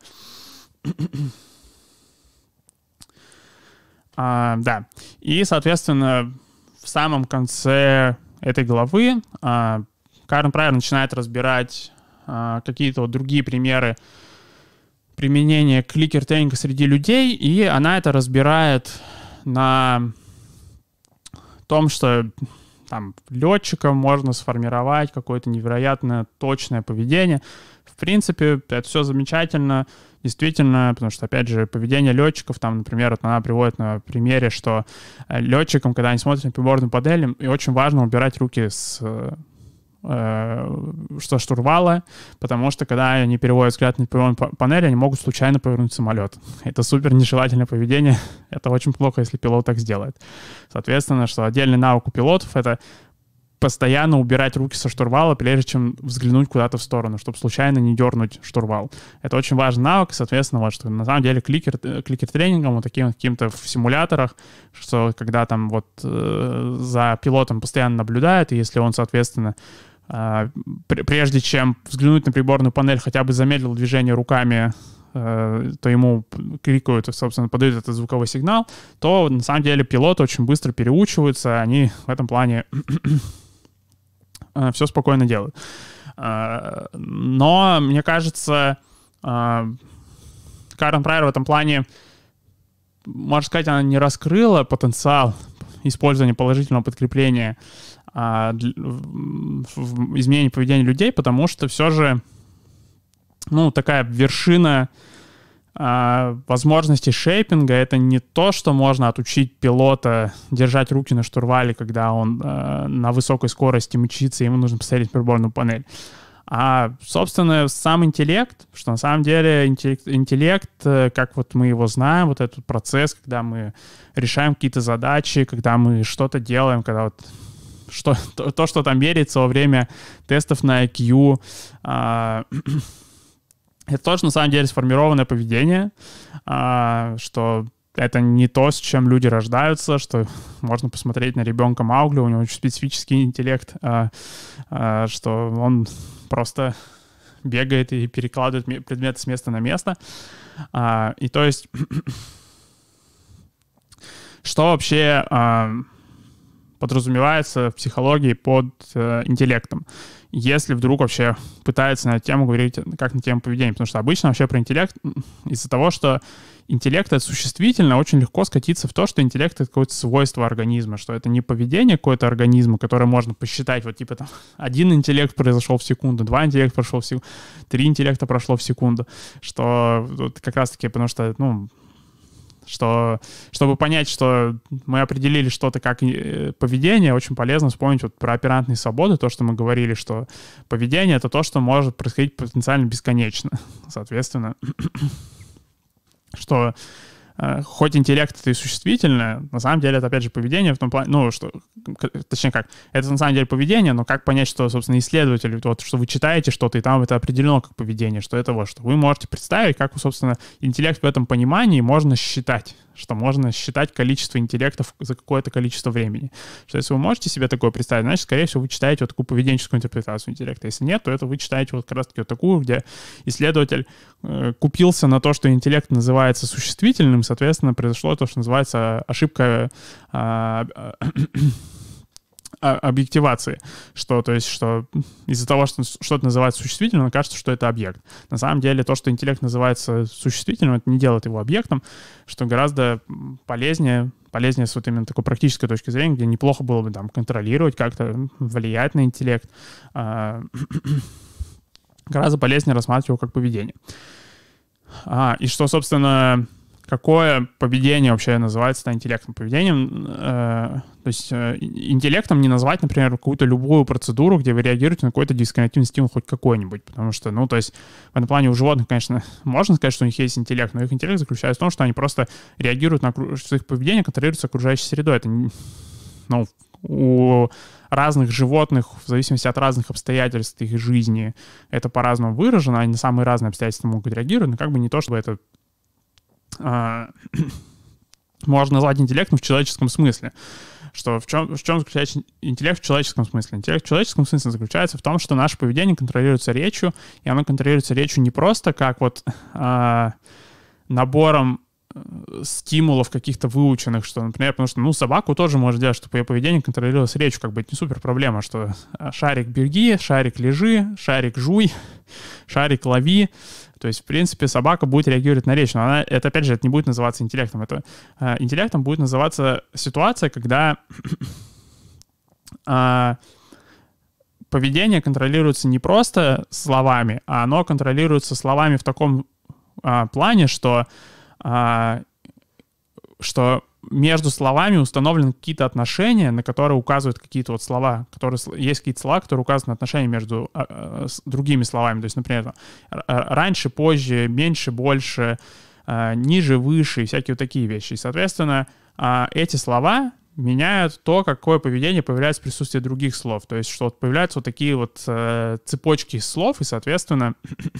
Да. И, соответственно, в самом конце этой главы Карен Прайер начинает разбирать какие-то вот другие примеры применения кликер-тренинга среди людей, и она это разбирает на том, что там летчикам можно сформировать какое-то невероятно точное поведение. В принципе, это все замечательно, действительно, потому что, опять же, поведение летчиков, там, например, вот она приводит на примере, что летчикам, когда они смотрят на приборную панель, и очень важно убирать руки со штурвала, потому что, когда они переводят взгляд на приборную панель, они могут случайно повернуть самолет. Это супер нежелательное поведение. Это очень плохо, если пилот так сделает. Соответственно, что отдельный навык у пилотов — это постоянно убирать руки со штурвала, прежде чем взглянуть куда-то в сторону, чтобы случайно не дернуть штурвал. Это очень важный навык, соответственно, вот, что на самом деле кликер-тренингом, вот таким каким-то в симуляторах, что когда там вот за пилотом постоянно наблюдают, и если он, соответственно, прежде чем взглянуть на приборную панель, хотя бы замедлил движение руками, то ему кликают, собственно, подают этот звуковой сигнал, то на самом деле пилоты очень быстро переучиваются, они в этом плане все спокойно делают. Но, мне кажется, Карен Прайер в этом плане, можно сказать, она не раскрыла потенциал использования положительного подкрепления в изменении поведения людей, потому что все же, ну, такая вершина возможностей шейпинга — это не то, что можно отучить пилота держать руки на штурвале, когда он на высокой скорости мчится, и ему нужно посмотреть приборную панель. А, собственно, сам интеллект, что на самом деле интеллект, как вот мы его знаем, вот этот процесс, когда мы решаем какие-то задачи, когда мы что-то делаем, когда вот то, что там меряется во время тестов на IQ, это тоже, на самом деле, сформированное поведение, что это не то, с чем люди рождаются, что можно посмотреть на ребенка Маугли, у него очень специфический интеллект, что он просто бегает и перекладывает предметы с места на место. И то есть что вообще подразумевается в психологии под интеллектом, если вдруг вообще пытается на эту тему говорить как на тему поведения. Потому что обычно вообще про интеллект из-за того, что интеллект — это существительно, очень легко скатиться в то, что интеллект — это какое-то свойство организма, что это не поведение какого-то организма, которое можно посчитать, вот типа там 1 интеллект произошел в секунду, 2 интеллекта прошел в секунду, 3 интеллекта прошло в секунду, что вот как раз-таки, потому что, что, чтобы понять, что мы определили что-то как поведение, очень полезно вспомнить вот про оперантные свободы, то, что мы говорили, что поведение — это то, что может происходить потенциально бесконечно. Соответственно, что хоть интеллект — это и существительное, на самом деле это, опять же, поведение в том плане, точнее как, это на самом деле поведение, но как понять, что, собственно, исследователь, вот, что вы читаете что-то, и там это определено как поведение, что это вот, что вы можете представить, как, собственно, интеллект в этом понимании можно считать, что можно считать количество интеллектов за какое-то количество времени. Что если вы можете себе такое представить, значит, скорее всего, вы читаете вот такую поведенческую интерпретацию интеллекта. Если нет, то это вы читаете вот как раз-таки вот такую, где исследователь купился на то, что интеллект называется существительным, соответственно, произошло то, что называется ошибка объективации, что, то есть, что из-за того, что что-то называется существительным, кажется, что это объект. На самом деле, то, что интеллект называется существительным, это не делает его объектом, что гораздо полезнее с вот именно такой практической точки зрения, где неплохо было бы там контролировать, как-то влиять на интеллект, гораздо полезнее рассматривать его как поведение. И что, собственно, какое поведение вообще называется интеллектом? Поведением, то есть интеллектом не назвать, например, какую-то любую процедуру, где вы реагируете на какой-то дискриминативный стимул хоть какой-нибудь, потому что, то есть в этом плане у животных, конечно, можно сказать, что у них есть интеллект, но их интеллект заключается в том, что они просто реагируют что их поведение контролируется окружающей средой. Это, у разных животных, в зависимости от разных обстоятельств их жизни, это по-разному выражено, они на самые разные обстоятельства могут реагировать, но как бы не то, чтобы это можно назвать интеллектом в человеческом смысле. Что в чем заключается интеллект в человеческом смысле? Интеллект в человеческом смысле заключается в том, что наше поведение контролируется речью, и оно контролируется речью не просто как вот набором стимулов каких-то выученных, что, например, потому что, собаку тоже можно делать, чтобы ее поведение контролировалось речью, как бы это не супер проблема, что шарик беги, шарик лежи, шарик жуй, шарик лови. То есть, в принципе, собака будет реагировать на речь, но это, опять же, это не будет называться интеллектом. Интеллектом будет называться ситуация, когда поведение контролируется не просто словами, а оно контролируется словами в таком плане, что между словами установлены какие-то отношения, на которые указывают какие-то вот слова, есть какие-то слова, которые указывают на отношения между с другими словами. То есть, например, раньше, позже, меньше, больше, ниже, выше и всякие вот такие вещи. И, соответственно, эти слова меняют то, какое поведение появляется в присутствии других слов. То есть, что вот появляются вот такие вот цепочки слов, и, соответственно,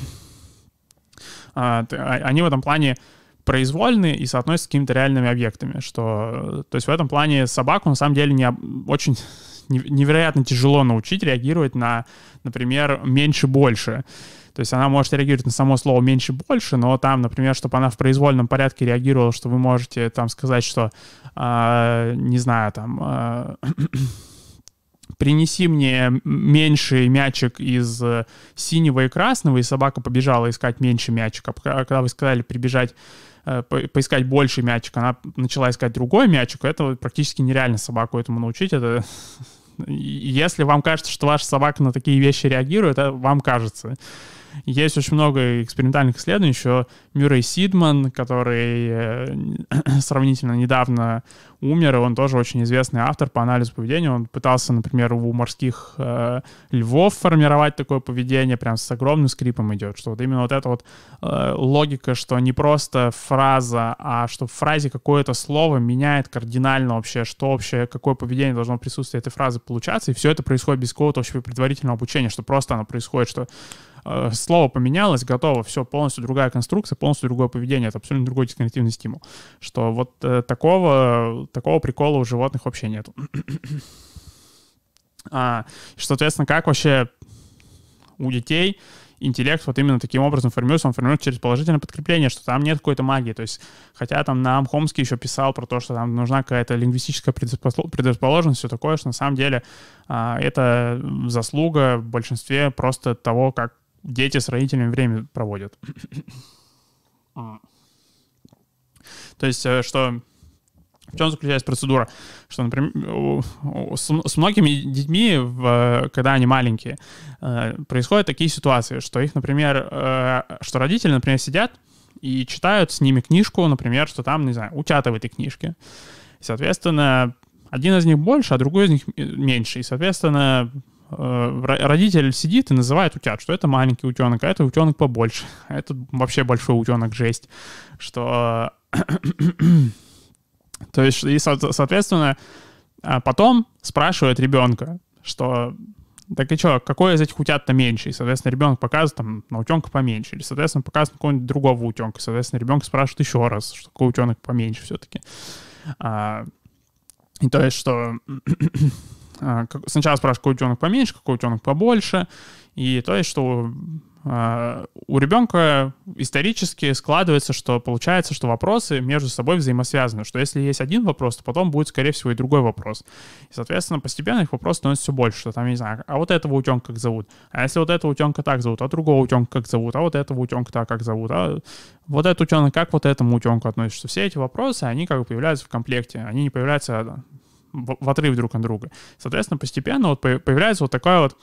они в этом плане произвольные и соотносятся с какими-то реальными объектами. То есть в этом плане собаку на самом деле очень невероятно тяжело научить реагировать на, например, меньше-больше. То есть она может реагировать на само слово меньше-больше, но там, например, чтобы она в произвольном порядке реагировала, что вы можете там сказать, что, не знаю, там... принеси мне меньший мячик из синего и красного, и собака побежала искать меньший мячик. А когда вы сказали поискать больший мячик, она начала искать другой мячик, это практически нереально собаку этому научить. Если вам кажется, что ваша собака на такие вещи реагирует, это вам кажется. Есть очень много экспериментальных исследований. Еще Мюррей Сидман, который сравнительно недавно умер, и он тоже очень известный автор по анализу поведения. Он пытался, например, у морских львов формировать такое поведение, прям с огромным скрипом идет. Что вот именно вот эта вот логика, что не просто фраза, а что в фразе какое-то слово меняет кардинально вообще, что вообще, какое поведение должно в присутствии этой фразы получаться, и все это происходит без какого-то вообще предварительного обучения, что просто оно происходит, что слово поменялось, готово, все, полностью другая конструкция, полностью другое поведение, это абсолютно другой дискриминативный стимул. Что вот такого прикола у животных вообще нету. Что, соответственно, как вообще у детей интеллект вот именно таким образом формируется, он формируется через положительное подкрепление, что там нет какой-то магии. То есть, хотя там Наам Хомский еще писал про то, что там нужна какая-то лингвистическая предрасположенность, все такое, что на самом деле это заслуга в большинстве просто того, как дети с родителями время проводят. То есть, что... В чем заключается процедура? Что, например, с многими детьми, когда они маленькие, происходят такие ситуации, что их, например, что родители, например, сидят и читают с ними книжку, например, что там, не знаю, утята в этой книжке. И, соответственно, один из них больше, а другой из них меньше. И, соответственно, родитель сидит и называет утят, что это маленький утенок, а это утенок побольше. А это вообще большой утенок, жесть. Что... То есть, и, соответственно, потом спрашивают ребенка, что так и что, какой из этих утят-то меньше? И, соответственно, ребенок показывает там на утенка поменьше. Или, соответственно, показывает на какого-нибудь другого утенка. И, соответственно, ребенок спрашивает еще раз, что какой утенок поменьше все-таки. И то есть, что сначала спрашивают, какой утенок поменьше, какой утенок побольше. И то есть, что у ребенка исторически складывается, что получается, что вопросы между собой взаимосвязаны, что если есть один вопрос, то потом будет, скорее всего, и другой вопрос. И, соответственно, постепенно их вопросов становится все больше, что там, я не знаю, а вот этого утенка как зовут? А если вот этого утенка так зовут? А другого утенка как зовут? А вот этого утенка так как зовут? А вот этот утенок как вот этому утенку относится? Все эти вопросы, они как бы появляются в комплекте, они не появляются в отрыве друг от друга. Соответственно, постепенно вот появляется вот такая вот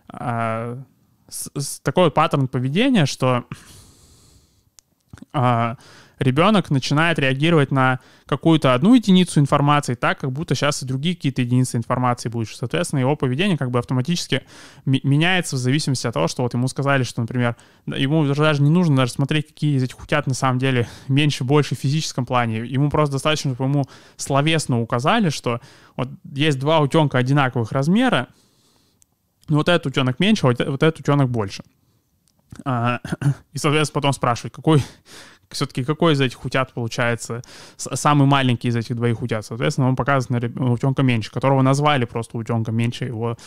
такой вот паттерн поведения, что ребенок начинает реагировать на какую-то одну единицу информации так, как будто сейчас и другие какие-то единицы информации будут. Соответственно, его поведение как бы автоматически меняется в зависимости от того, что вот ему сказали, что, например, ему даже не нужно даже смотреть, какие из этих утят на самом деле меньше, больше в физическом плане. Ему просто достаточно, чтобы ему словесно указали, что вот есть два утенка одинаковых размера, вот этот утенок меньше, а вот этот утенок больше. И, соответственно, потом спрашивать, все-таки какой из этих утят получается самый маленький из этих двоих утят. Соответственно, он показывает на утенка меньше, которого назвали просто утенком меньше, его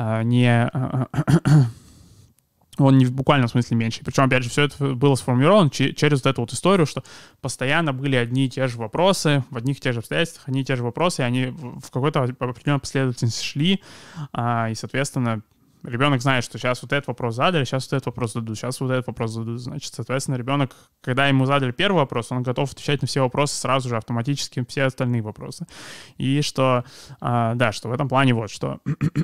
он не в буквальном смысле меньше. Причем, опять же, все это было сформулировано через вот эту вот историю, что постоянно были одни и те же вопросы, в одних и тех же обстоятельствах, одни и те же вопросы, и они в какой-то определенной последовательности шли, и, соответственно, ребенок знает, что сейчас вот этот вопрос задали, сейчас вот этот вопрос зададут, сейчас вот этот вопрос зададут. Значит, соответственно, ребенок, когда ему задали первый вопрос, он готов отвечать на все вопросы сразу же, автоматически все остальные вопросы. И что, да, что в этом плане вот что...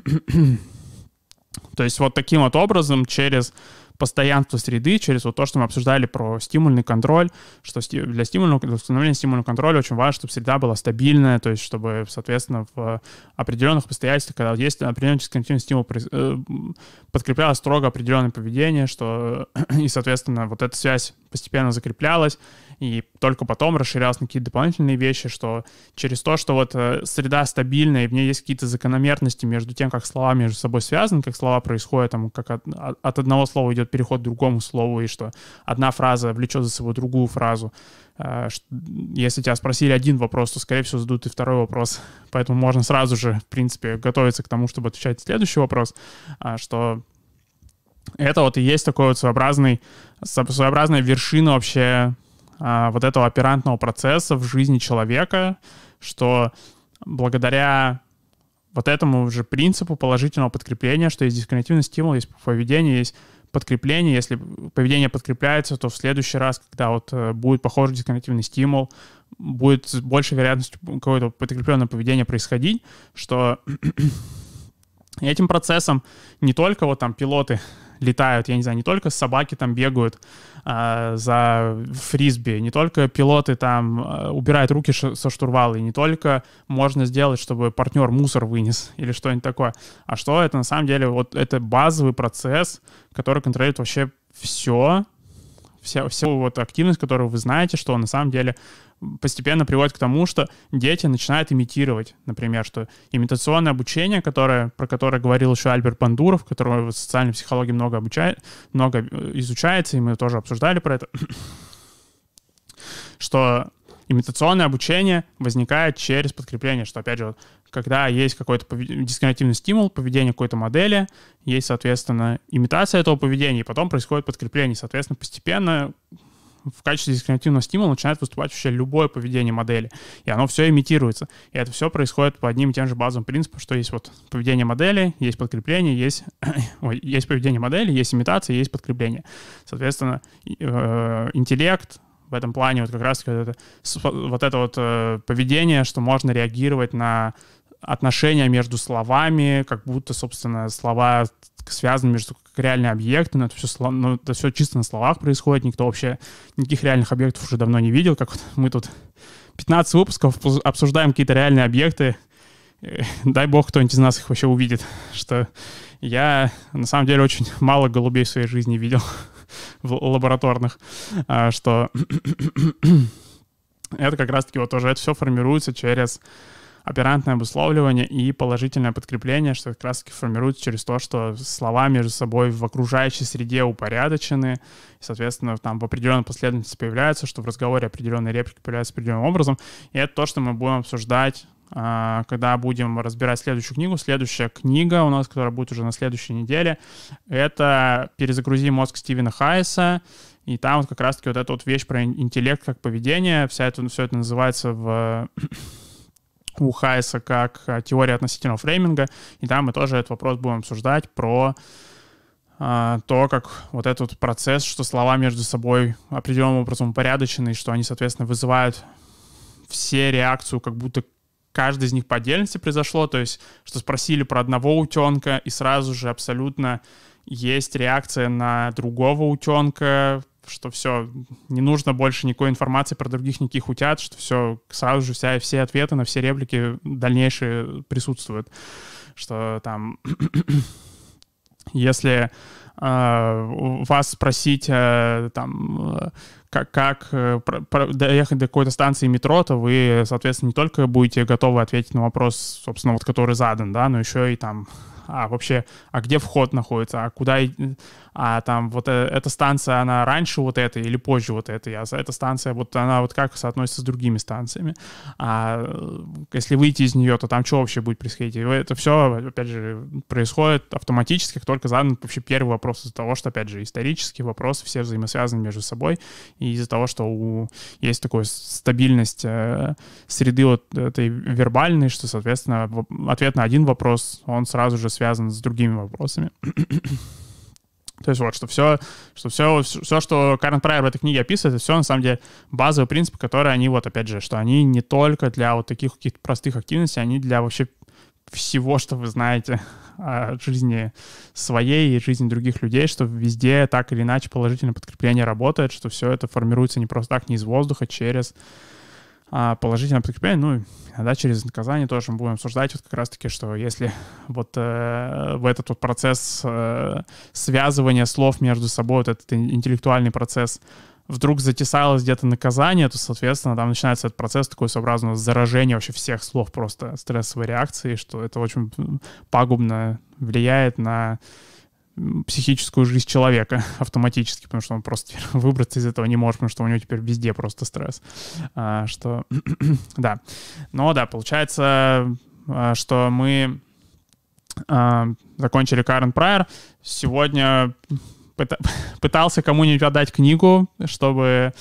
То есть вот таким вот образом через постоянство среды, через вот то, что мы обсуждали про стимульный контроль, что для установления стимульного контроля очень важно, чтобы среда была стабильная, то есть чтобы, соответственно, в определенных обстоятельствах, когда есть определенный дисконтинуальный стимул, подкреплялось строго определенное поведение, что и, соответственно, вот эта связь постепенно закреплялась, и только потом расширялась на какие-то дополнительные вещи, что через то, что вот среда стабильная, и в ней есть какие-то закономерности между тем, как слова между собой связаны, как слова происходят, там, как от одного слова идет переход к другому слову, и что одна фраза влечет за собой другую фразу. Если тебя спросили один вопрос, то, скорее всего, зададут и второй вопрос. Поэтому можно сразу же, в принципе, готовиться к тому, чтобы отвечать на следующий вопрос, что это вот и есть такой вот своеобразная вершина вообще вот этого оперантного процесса в жизни человека, что благодаря вот этому же принципу положительного подкрепления, что есть дискриминативный стимул, есть поведение, есть подкрепление. Если поведение подкрепляется, то в следующий раз, когда вот будет похожий дискриминативный стимул, будет с большей вероятностью какое-то подкрепленное поведение происходить, что этим процессом не только вот там пилоты летают, я не знаю, не только собаки там бегают за фрисби, не только пилоты там убирают руки со штурвала, и не только можно сделать, чтобы партнер мусор вынес или что-нибудь такое, а что это на самом деле вот это базовый процесс, который контролирует вообще всю вот активность, которую вы знаете, что на самом деле постепенно приводит к тому, что дети начинают имитировать. Например, что имитационное обучение, про которое говорил еще Альберт Бандуров, которого в социальной психологии много изучается, и мы тоже обсуждали про это, что имитационное обучение возникает через подкрепление, что, опять же, вот, когда есть какой-то дискриминативный стимул, поведение какой-то модели, есть, соответственно, имитация этого поведения, и потом происходит подкрепление. Соответственно, постепенно в качестве дискриминативного стимула начинает выступать вообще любое поведение модели. И оно все имитируется. И это все происходит по одним и тем же базовым принципам, что есть вот поведение модели, есть подкрепление, есть, есть поведение модели, есть имитация, есть подкрепление. Соответственно, интеллект в этом плане вот как раз вот это поведение, что можно реагировать на отношения между словами, как будто, собственно, слова связаны между собой как реальные объекты, но это все чисто на словах происходит, никто вообще никаких реальных объектов уже давно не видел, как вот мы тут 15 выпусков обсуждаем какие-то реальные объекты, дай бог кто-нибудь из нас их вообще увидит, что я на самом деле очень мало голубей в своей жизни видел в лабораторных, что это как раз-таки вот тоже это все формируется через оперантное обусловливание и положительное подкрепление, что как раз-таки формируется через то, что слова между собой в окружающей среде упорядочены, и, соответственно, там в определенной последовательности появляются, что в разговоре определенные реплики появляются определенным образом, и это то, что мы будем обсуждать, когда будем разбирать следующую книгу. Следующая книга у нас, которая будет уже на следующей неделе, это «Перезагрузи мозг» Стивена Хайеса, и там вот как раз-таки вот эта вот вещь про интеллект как поведение, все это называется у Хайеса как теория относительного фрейминга, и там мы тоже этот вопрос будем обсуждать про то, как вот этот процесс, что слова между собой определенным образом упорядочены, что они, соответственно, вызывают все реакцию, как будто каждый из них по отдельности произошло, то есть что спросили про одного утенка, и сразу же абсолютно есть реакция на другого утенка, что все, не нужно больше никакой информации про других никаких утят, что все, сразу же все ответы на все реплики дальнейшие присутствуют. Что там, если вас спросить, там, как доехать до какой-то станции метро, то вы, соответственно, не только будете готовы ответить на вопрос, собственно, вот который задан, да, но еще и там, вообще, где вход находится, куда, там вот эта станция, она раньше вот этой или позже вот этой, эта станция, вот она вот как соотносится с другими станциями, если выйти из нее, то там что вообще будет происходить? И это все, опять же, происходит автоматически, как только задан вообще первый вопрос из-за того, что, опять же, исторические вопросы все взаимосвязаны между собой, и из-за того, что есть такая стабильность среды вот этой вербальной, что, соответственно, ответ на один вопрос, он сразу же связан с другими вопросами. То есть вот, что все, что Карен Прайер в этой книге описывает, это все, на самом деле, базовые принципы, которые они, вот, опять же, что они не только для вот таких каких-то простых активностей, они для вообще всего, что вы знаете о жизни своей и жизни других людей, что везде так или иначе положительное подкрепление работает, что все это формируется не просто так, не из воздуха, через положительное подкрепление, ну, иногда через наказание тоже мы будем обсуждать вот как раз-таки, что если вот в этот вот процесс связывания слов между собой, вот этот интеллектуальный процесс вдруг затесалось где-то наказание, то, соответственно, там начинается этот процесс такой своеобразного заражения вообще всех слов, просто стрессовой реакции, что это очень пагубно влияет на психическую жизнь человека автоматически, потому что он просто выбраться из этого не может, потому что у него теперь везде просто стресс. Что, да. Но да, получается, что мы закончили Карен Прайер. Сегодня пытался кому-нибудь отдать книгу, чтобы...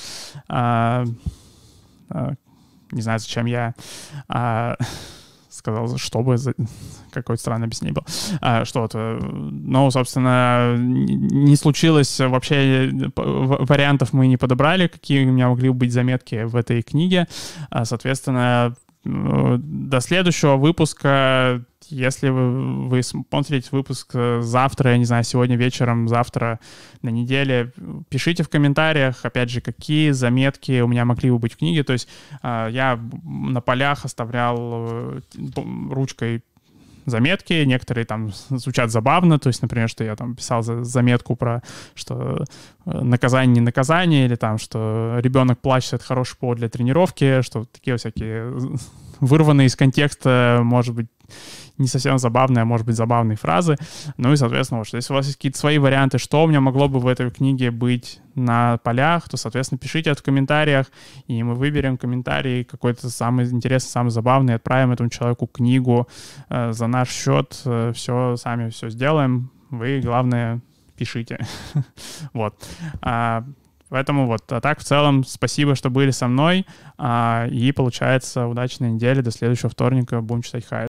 не знаю, зачем я... сказал, чтобы... Какое-то странное объяснение было. Что-то. Но, собственно, не случилось вообще... Вариантов мы не подобрали, какие у меня могли быть заметки в этой книге. Соответственно, до следующего выпуска, если вы смотрите выпуск завтра, я не знаю, сегодня вечером, завтра на неделе, пишите в комментариях, опять же, какие заметки у меня могли бы быть в книге. То есть я на полях оставлял ручкой заметки, некоторые там звучат забавно, то есть, например, что я там писал заметку про, что наказание не наказание, или там, что ребенок плачет, это хороший повод для тренировки, что такие всякие вырванные из контекста, может быть, не совсем забавные, а может быть забавные фразы. Ну и, соответственно, вот, если у вас есть какие-то свои варианты, что у меня могло бы в этой книге быть на полях, то, соответственно, пишите это в комментариях, и мы выберем комментарий какой-то самый интересный, самый забавный, отправим этому человеку книгу за наш счет, все сами все сделаем. Вы, главное, пишите. Вот. Поэтому вот. А так, в целом, спасибо, что были со мной. И, получается, удачной недели. До следующего вторника. Будем читать Хайд.